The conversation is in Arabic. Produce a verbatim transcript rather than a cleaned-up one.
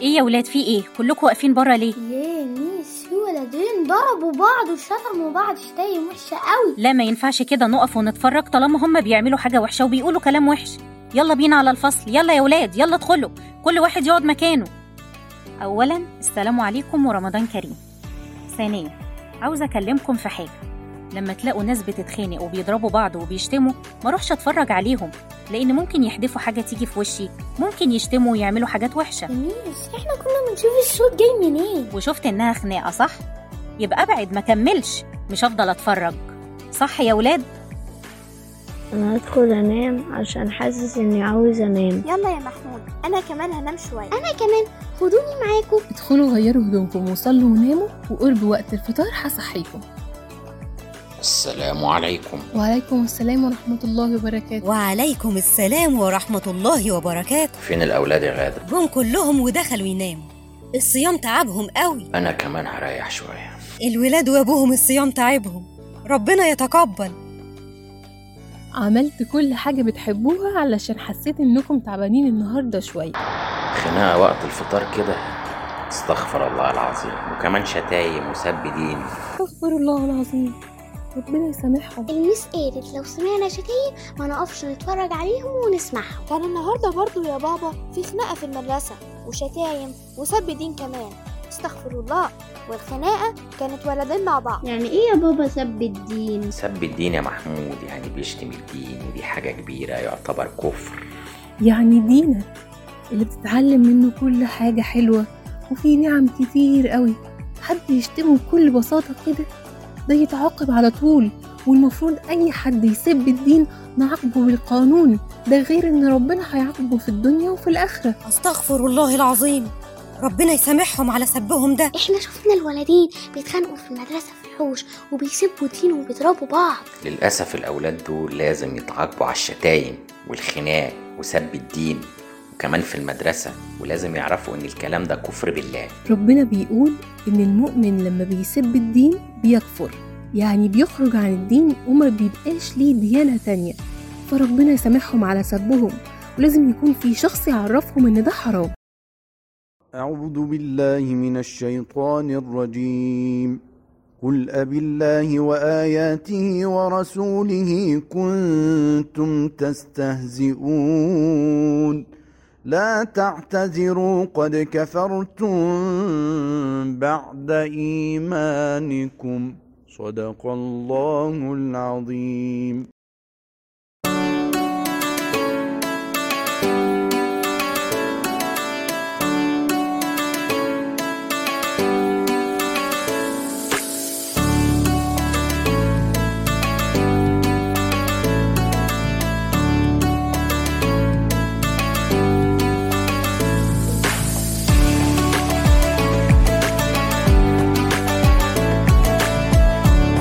ايه يا ولاد، في ايه؟ كلكم واقفين بره ليه؟ ليه ميس؟ في ولدين ضربوا بعض وشتموا بعض شتايم وحشه قوي. لا ما ينفعش كده نقف ونتفرج طالما هم بيعملوا حاجه وحشه وبيقولوا كلام وحش. يلا بينا على الفصل، يلا يا ولاد يلا ادخلوا، كل واحد يقعد مكانه. اولا السلام عليكم ورمضان كريم. ثانيا عاوزه اكلمكم في حاجه. لما تلاقوا ناس بتتخانق وبيضربوا بعض وبيشتموا ما روحش اتفرج عليهم، لان ممكن يحدفوا حاجه تيجي في وشي، ممكن يشتموا ويعملوا حاجات وحشه. ميس احنا كنا بنشوف الصوت جاي منين وشفت انها خناقه صح؟ يبقى ابعد ما كملش، مش هفضل اتفرج. صح يا ولاد؟ انا هدخل انام عشان حاسس اني عاوز انام. يلا يا محمود، انا كمان هنام شويه. انا كمان، خدوني معاكم. ادخلوا غيروا هدومكم وصلوا وناموا، وقرب وقت الفطار هصحيكم. السلام عليكم. وعليكم السلام ورحمة الله وبركاته. وعليكم السلام ورحمة الله وبركاته. فين الأولاد يا غادة؟ جم كلهم ودخلوا يناموا، الصيام تعبهم قوي. أنا كمان هريح شوية. الولاد وأبوهم الصيام تعبهم، ربنا يتقبل. عملت كل حاجة بتحبوها علشان حسيت انكم تعبانين النهاردة شوية. خناقة وقت الفطار كده، استغفر الله العظيم، وكمان شتايم وسب دين. استغفر الله العظيم، ربنا يسامحهم. الميس قالت لو سمعنا شتايم ما نقفش نتفرج عليهم ونسمعهم. كان النهارده برضو يا بابا في خناقه في المدرسه وشتايم وسب دين كمان، استغفر الله. والخناقه كانت ولدين مع بعض. يعني ايه يا بابا سب الدين؟ سب الدين يا محمود يعني بيشتم الدين، ودي حاجة كبيرة يعتبر كفر. يعني دينك اللي بتتعلم منه كل حاجة حلوة وفي نعم كتير قوي، حد يشتمه بكل بساطة كده؟ ده يتعاقب على طول، والمفروض اي حد يسب الدين نعاقبه بالقانون، ده غير ان ربنا هيعاقبه في الدنيا وفي الاخره. استغفر الله العظيم، ربنا يسامحهم على سبهم ده. احنا شفنا الولدين بيتخانقوا في المدرسه في الحوش وبيسبوا دين وبيضربوا بعض. للأسف الأولاد دول لازم يتعاقبوا على الشتايم والخناق وسب الدين، وكمان في المدرسة، ولازم يعرفوا ان الكلام ده كفر بالله. ربنا بيقول ان المؤمن لما بيسب الدين بيكفر، يعني بيخرج عن الدين وما بيبقاش ليه ديانة تانية، فربنا يسامحهم على سبهم، ولازم يكون في شخص يعرفهم ان ده حرام. أعوذ بالله من الشيطان الرجيم. قل أبالله وآياته ورسوله كنتم تستهزئون لا تعتذروا قد كفرتم بعد إيمانكم. صدق الله العظيم.